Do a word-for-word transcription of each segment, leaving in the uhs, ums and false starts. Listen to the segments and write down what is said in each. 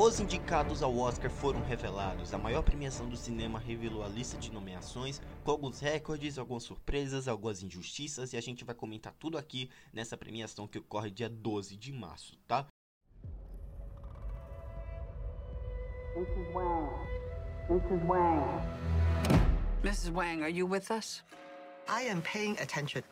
Os indicados ao Oscar foram revelados. A maior premiação do cinema revelou a lista de nomeações, com alguns recordes, algumas surpresas, algumas injustiças, e a gente vai comentar tudo aqui nessa premiação que ocorre dia doze de março, tá? missus Wang. missus Wang. missus Wang, are you with us? I am paying attention.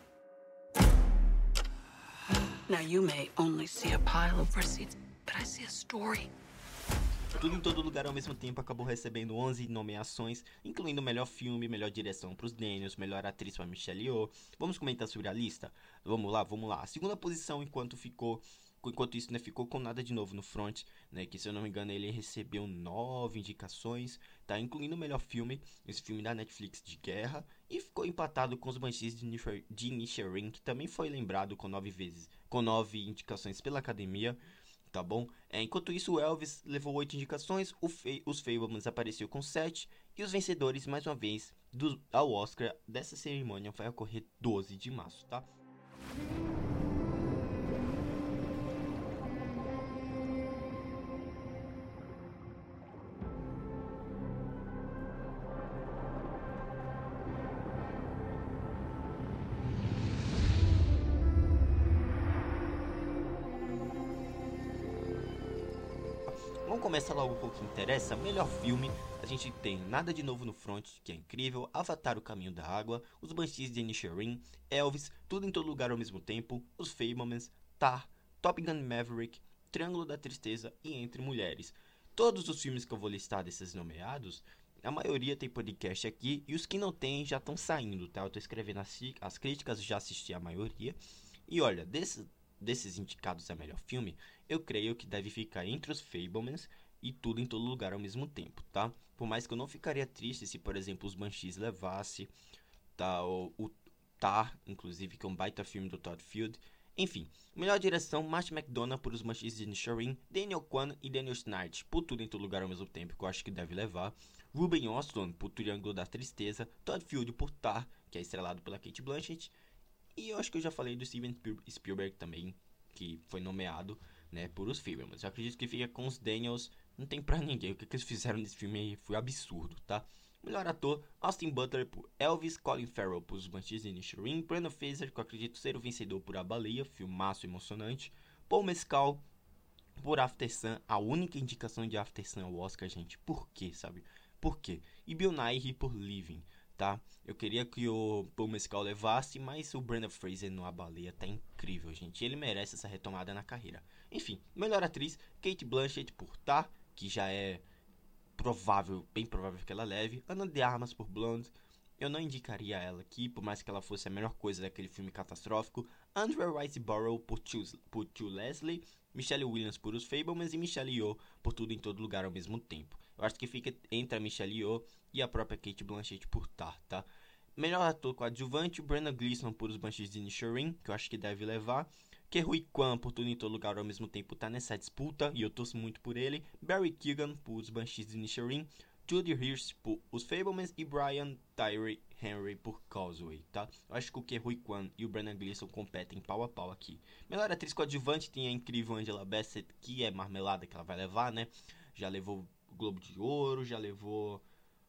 Now you may only see a pile of receipts, but I see a story. Tudo em Todo Lugar ao Mesmo Tempo acabou recebendo onze nomeações, incluindo melhor filme, melhor direção para os Daniels, melhor atriz para Michelle Yeoh. Vamos comentar sobre a lista? Vamos lá, vamos lá. A segunda posição, enquanto ficou, enquanto isso, né, ficou com Nada de Novo no Front, né, que se eu não me engano ele recebeu nove indicações, tá, incluindo o melhor filme, esse filme da Netflix de guerra, e ficou empatado com Os Banshees de Inisherin, que também foi lembrado com nove vezes, com nove indicações pela Academia. Tá bom? É, enquanto isso, o Elvis levou oito indicações, o Fe os Fabelmans apareceu com sete, e os vencedores, mais uma vez, do, ao Oscar dessa cerimônia vai ocorrer doze de março, tá? Vamos começar logo com o que interessa. Melhor filme, a gente tem Nada de Novo no Front, que é incrível, Avatar: O Caminho da Água, Os Banshees de Inisherin, Elvis, Tudo em Todo Lugar ao Mesmo Tempo, Os Fabelmans, Tar, Top Gun Maverick, Triângulo da Tristeza e Entre Mulheres. Todos os filmes que eu vou listar desses nomeados, a maioria tem podcast aqui, e os que não tem já estão saindo, tá? Eu tô escrevendo as, as críticas, já assisti a maioria, e olha, desses... desses indicados a melhor filme, eu creio que deve ficar entre os Fabelmans e Tudo em Todo Lugar ao Mesmo Tempo, tá? Por mais que eu não ficaria triste se, por exemplo, Os Banshees levasse, tá? O, o Tar, inclusive, que é um baita filme do Todd Field. Enfim, melhor direção, Martin McDonagh por Os Banshees de Inisherin, Daniel Kwan e Daniel Snart por Tudo em Todo Lugar ao Mesmo Tempo, que eu acho que deve levar, Ruben Östlund por Triângulo da Tristeza, Todd Field por Tar, que é estrelado pela Cate Blanchett, e eu acho que eu já falei do Steven Spielberg também, que foi nomeado, né, por Os Fabelmans. Eu acredito que fica com os Daniels, não tem pra ninguém. O que, que eles fizeram nesse filme aí foi absurdo, tá? Melhor ator, Austin Butler por Elvis, Colin Farrell por Os Banshees de Inisherin, Brendan Fraser, que eu acredito ser o vencedor por A Baleia, filmaço emocionante, Paul Mescal por After Sun, a única indicação de After Sun ao Oscar, gente. Por quê, sabe? Por quê? E Bill Nighy por Living. Tá? Eu queria que o Paul Mescal levasse, mas o Brendan Fraser no A Baleia tá incrível, gente. Ele merece essa retomada na carreira. Enfim, melhor atriz, Cate Blanchett por Tar, que já é provável, bem provável que ela leve. Ana de Armas por Blonde. Eu não indicaria ela aqui, por mais que ela fosse a melhor coisa daquele filme catastrófico. Andrea Riseborough por Tio, por Tio Leslie. Michelle Williams por Os Fabelmans e Michelle Yeoh por Tudo em Todo Lugar ao Mesmo Tempo. Eu acho que fica entre a Michelle Yeoh e a própria Cate Blanchett por Tar, tá? Melhor ator coadjuvante, Brendan Gleeson por Os Banshees de Inisherin, que eu acho que deve levar. Ke Huy Quan por Tudo em Todo Lugar ao Mesmo Tempo tá nessa disputa, e eu torço muito por ele. Barry Keoghan por Os Banshees de Inisherin, Judy Hirsch por Os Fabelmans e Brian Tyree Henry por Causeway, tá? Eu acho que o Ke Huy Quan e o Brendan Gleeson competem pau a pau aqui. Melhor atriz coadjuvante tem a incrível Angela Bassett, que é marmelada que ela vai levar, né? Já levou o Globo de Ouro, já levou...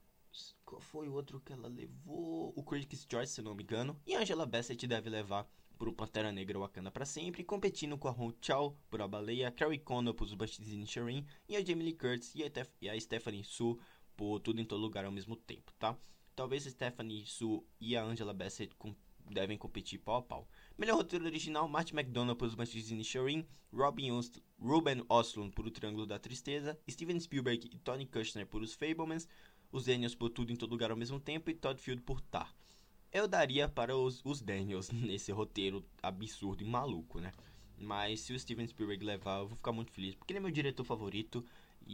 Qual foi o outro que ela levou? O Critics' Choice, se eu não me engano. E a Angela Bassett deve levar por O Pantera Negra Wakanda pra Sempre, competindo com a Hong Chau por A Baleia, Carrie Condon por Os Banshees de Inisherin e a Jamie Lee Curtis e a, Tef e a Stephanie Su por Tudo em Todo Lugar ao Mesmo Tempo, tá? Talvez a Stephanie Su e a Angela Bassett com devem competir pau a pau. Melhor roteiro original, Martin McDonagh por Os Banshees de Inisherin, Robin Ost Ruben Östlund por O Triângulo da Tristeza, Steven Spielberg e Tony Kushner por Os Fabelmans, os Daniels por Tudo em Todo Lugar ao Mesmo Tempo e Todd Field por Tar. Eu daria para os, os Daniels nesse roteiro absurdo e maluco, né? Mas se o Steven Spielberg levar, eu vou ficar muito feliz, porque ele é meu diretor favorito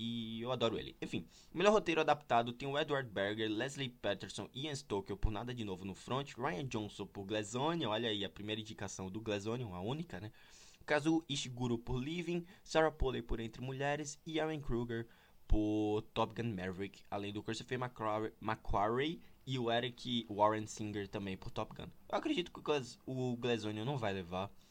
e eu adoro ele. Enfim, o melhor roteiro adaptado tem o Edward Berger, Leslie Patterson e Ian Stoker por Nada de Novo no Front, Ryan Johnson por Glass Onion, olha aí a primeira indicação do Glass Onion, a única, né? Kazuo Ishiguro por Living, Sarah Polley por Entre Mulheres e Aaron Kruger por Top Gun Maverick, além do Christopher McQuarrie e o Eric Warren Singer também por Top Gun. Eu acredito que o Glass Onion não vai levar.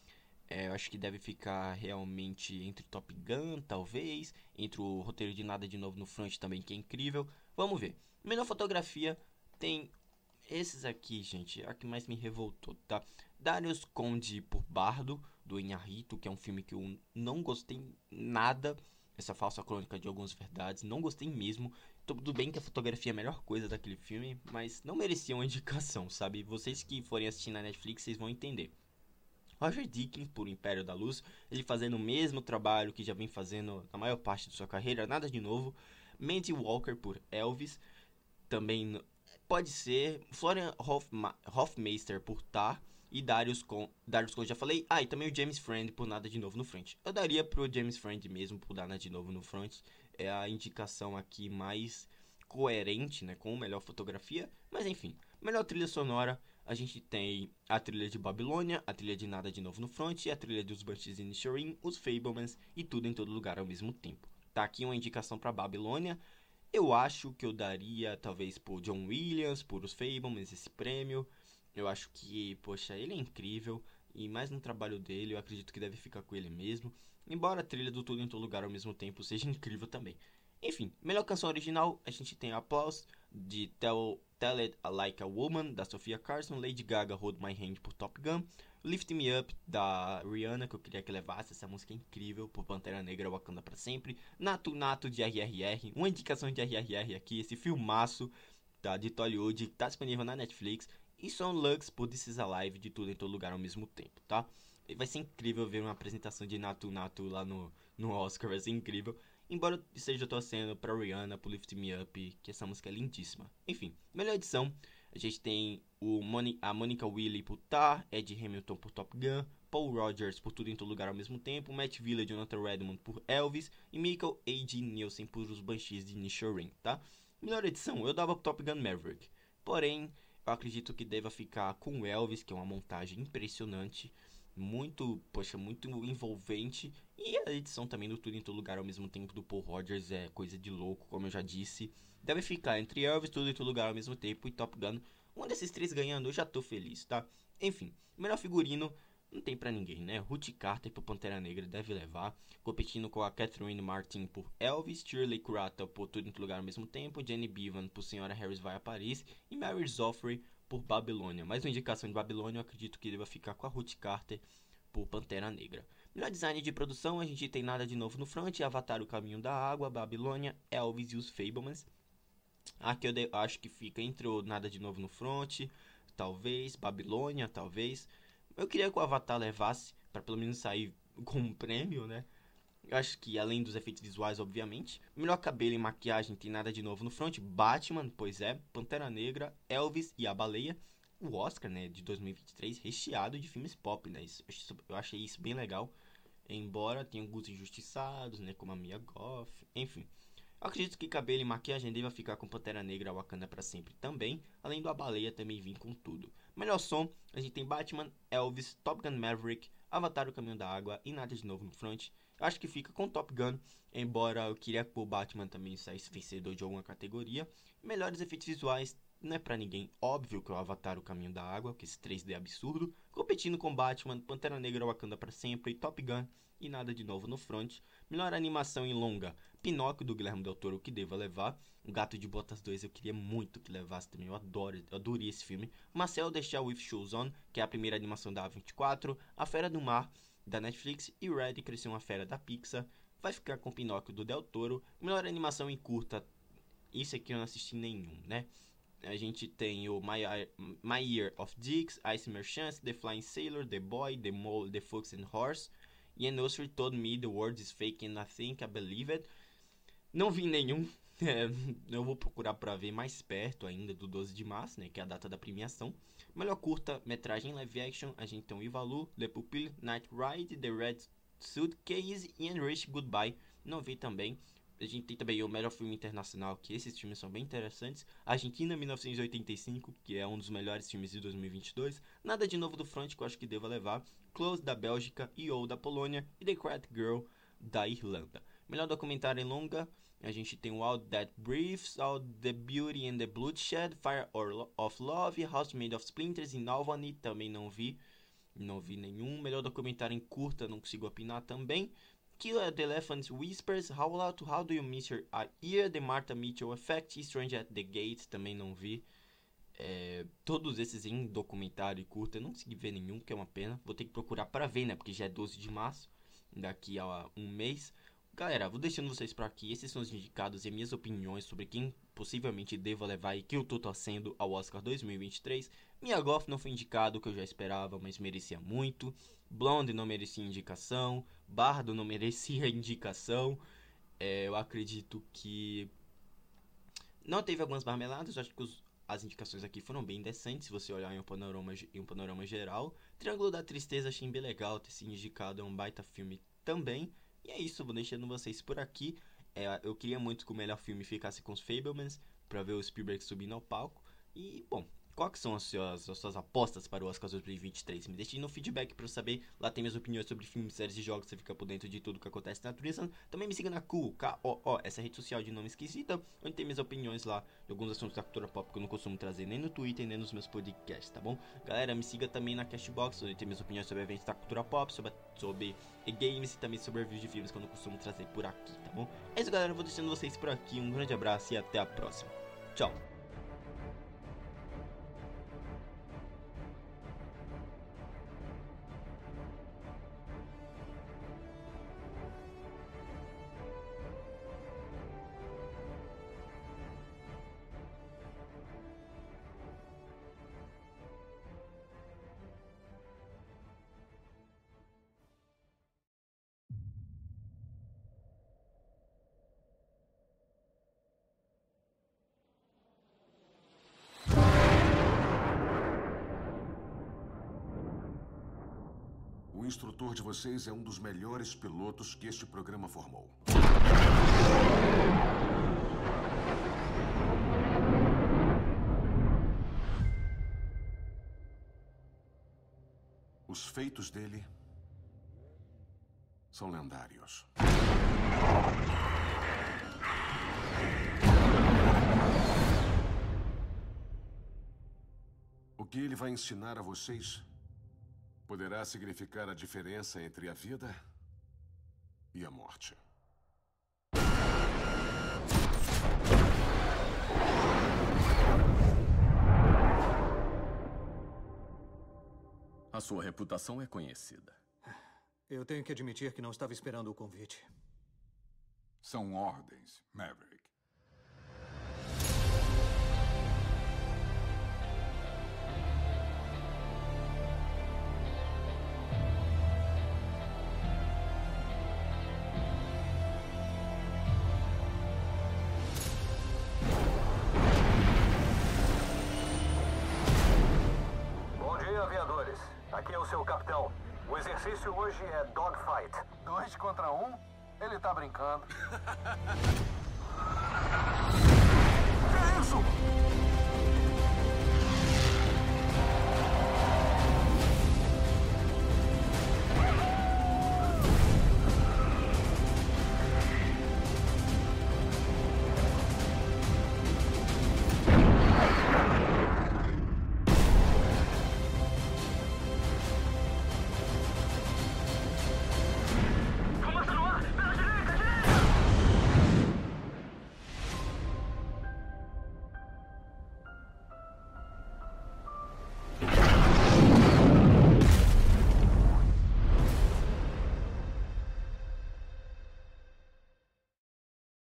É, eu acho que deve ficar realmente entre Top Gun, talvez. Entre o roteiro de Nada de Novo no Front também, que é incrível. Vamos ver. Melhor fotografia tem esses aqui, gente. É a que mais me revoltou, tá? Darius Conde por Bardo, do Inharrito, que é um filme que eu não gostei nada. Essa falsa crônica de algumas verdades. Não gostei mesmo. Tudo bem que a fotografia é a melhor coisa daquele filme, mas não merecia uma indicação, sabe? Vocês que forem assistir na Netflix, vocês vão entender. Roger Deakins por Império da Luz, ele fazendo o mesmo trabalho que já vem fazendo na maior parte de sua carreira, nada de novo. Mandy Walker por Elvis, também pode ser. Florian Hoffma, Hoffmeister por Tar e Darius Con, Darius Con já falei. Ah, e também o James Friend por Nada de Novo no Front. Eu daria pro James Friend mesmo por Nada de Novo no Front. É a indicação aqui mais coerente, né, com melhor fotografia, mas enfim. Melhor trilha sonora, a gente tem a trilha de Babilônia, a trilha de Nada de Novo no Front, a trilha dos Banshees de Inisherin, os Fablemans e Tudo em Todo Lugar ao mesmo tempo. Tá aqui uma indicação para Babilônia. Eu acho que eu daria talvez por John Williams, por os Fablemans, esse prêmio. Eu acho que, poxa, ele é incrível e mais no trabalho dele, eu acredito que deve ficar com ele mesmo. Embora a trilha do Tudo em Todo Lugar ao mesmo tempo seja incrível também. Enfim, melhor canção original, a gente tem Applause, de Tell, Tell It Like a Woman, da Sofia Carson, Lady Gaga, Hold My Hand, por Top Gun, Lift Me Up, da Rihanna, que eu queria que levasse, essa música é incrível, por Pantera Negra, Wakanda Pra Sempre, Nato Nato, de R R R, uma indicação de R R R aqui, esse filmaço, tá, de Tollywood, tá disponível na Netflix, e Son Lux, por This Is Alive, de Tudo em Todo Lugar ao mesmo tempo, tá? E vai ser incrível ver uma apresentação de Nato Nato lá no, no Oscar, vai ser incrível. Embora eu esteja torcendo pra Rihanna, por Lift Me Up, que essa música é lindíssima. Enfim, melhor edição, a gente tem o Moni- a Monica Willy por Tar, Ed Hamilton por Top Gun, Paul Rogers por Tudo em Todo Lugar ao mesmo tempo, Matt Villa e Jonathan Redmond por Elvis e Michael A G. Nielsen por Os Banshees de Inisherin, tá? Melhor edição, eu dava pro Top Gun Maverick. Porém, eu acredito que deva ficar com o Elvis, que é uma montagem impressionante. Muito, poxa, muito envolvente. E a edição também do Tudo em Todo Lugar ao mesmo tempo do Paul Rogers é coisa de louco, como eu já disse. Deve ficar entre Elvis, Tudo em Todo Lugar ao mesmo tempo e Top Gun. Um desses três ganhando, eu já tô feliz, tá? Enfim, melhor figurino não tem pra ninguém, né? Ruth Carter por Pantera Negra deve levar, competindo com a Catherine Martin por Elvis, Shirley Curata por Tudo em Todo Lugar ao mesmo tempo, Jenny Bevan por Senhora Harris Vai a Paris e Mary Zophre por Babilônia. Mais uma indicação de Babilônia, eu acredito que deva ficar com a Ruth Carter por Pantera Negra. Melhor design de produção, a gente tem Nada de Novo no Front, Avatar, O Caminho da Água, Babilônia, Elvis e os Fablemans. Aqui eu de- acho que fica entre o Nada de Novo no Front, talvez, Babilônia, talvez. Eu queria que o Avatar levasse, para pelo menos sair com um prêmio, né? Eu acho que além dos efeitos visuais, obviamente. Melhor cabelo e maquiagem tem Nada de Novo no Front, Batman, pois é, Pantera Negra, Elvis e a Baleia. O Oscar, né, de dois mil e vinte e três, recheado de filmes pop, né? Isso, eu achei isso bem legal. Embora tenha alguns injustiçados, né, como a Mia Goth, enfim. Eu acredito que cabelo e maquiagem deva ficar com Pantera Negra, Wakanda Pra Sempre também, além do A Baleia também vir com tudo. Melhor som, a gente tem Batman, Elvis, Top Gun Maverick, Avatar, O Caminho da Água e Nada de Novo no Front. Eu acho que fica com Top Gun, embora eu queria que o Batman também saísse vencedor de alguma categoria. Melhores efeitos visuais, não é pra ninguém óbvio que o Avatar, O Caminho da Água, que esse três D é absurdo, competindo com Batman, Pantera Negra, Wakanda Pra Sempre, Top Gun e Nada de Novo no Front. Melhor animação em longa, Pinóquio do Guilherme Del Toro, que deva levar. O Gato de Botas dois eu queria muito que levasse também, eu adoro, eu adorei esse filme. Marcel The Shell with Shoes On, que é a primeira animação da A vinte e quatro, A Fera do Mar, da Netflix, e Red, Cresceu uma Fera da Pixar. Vai ficar com Pinóquio do Del Toro. Melhor animação em curta, isso aqui eu não assisti nenhum, né? A gente tem o My, My Year of Dicks, Ice Merchants, The Flying Sailor, The Boy, The Mole, The Fox and Horse. Ian Osler told me the world is fake and I think I believe it. Não vi nenhum. É, eu vou procurar para ver mais perto ainda do doze de março, né, que é a data da premiação. Melhor curta metragem live action, a gente tem o Ivalu, Le Pupille, Night Ride, The Red Suitcase e Enrich Goodbye. Não vi também. A gente tem também o melhor filme internacional, que esses filmes são bem interessantes. Argentina, mil novecentos e oitenta e cinco, que é um dos melhores filmes de dois mil e vinte e dois. Nada de Novo do Front, que eu acho que deva levar. Close, da Bélgica, E O, da Polônia. E The Quiet Girl, da Irlanda. Melhor documentário em longa, a gente tem o All That Breathes, All the Beauty and the Bloodshed, Fire of Love, House Made of Splinters e Nalvani, também não vi. Não vi nenhum. Melhor documentário em curta, não consigo opinar também. Kill the Elephant Whispers, How Loud, How Do You Miss Your Ear, The Martha Mitchell Effect, Strange at the Gates, também não vi. É, todos esses em documentário e curta, eu não consegui ver nenhum, que é uma pena. Vou ter que procurar para ver, né, porque já é doze de março, daqui a um mês. Galera, vou deixando vocês por aqui. Esses são os indicados e minhas opiniões sobre quem possivelmente deva levar e que eu tô torcendo ao Oscar dois mil e vinte e três. Mia Goth não foi indicado, o que eu já esperava, mas merecia muito. Blonde não merecia indicação. Bardo não merecia indicação. É, eu acredito que não teve algumas marmeladas. Eu acho que os, as indicações aqui foram bem decentes, se você olhar em um panorama, em um panorama geral. Triângulo da Tristeza achei bem legal ter sido indicado, é um baita filme também. E é isso, vou deixando vocês por aqui. É, eu queria muito que o melhor filme ficasse com os Fabelmans, pra ver o Spielberg subindo ao palco. E, bom, quais que são as suas, as suas apostas para o Oscar dois mil e vinte e três? Me deixem no feedback pra eu saber. Lá tem minhas opiniões sobre filmes, séries e jogos. Você fica por dentro de tudo que acontece na natureza. Também me siga na K U, K O O, essa rede social de nome esquisita, onde tem minhas opiniões lá de alguns assuntos da cultura pop que eu não costumo trazer nem no Twitter, nem nos meus podcasts, tá bom? Galera, me siga também na Cashbox, onde tem minhas opiniões sobre eventos da cultura pop, sobre, sobre games e também sobre reviews de filmes que eu não costumo trazer por aqui, tá bom? É isso, galera, eu vou deixando vocês por aqui. Um grande abraço e até a próxima. Tchau! O instrutor de vocês é um dos melhores pilotos que este programa formou. Os feitos dele são lendários. O que ele vai ensinar a vocês poderá significar a diferença entre a vida e a morte. A sua reputação é conhecida. Eu tenho que admitir que não estava esperando o convite. São ordens, Maverick. Aqui é o seu capitão. O exercício hoje é dogfight. Dois contra um? Ele tá brincando. Que é isso?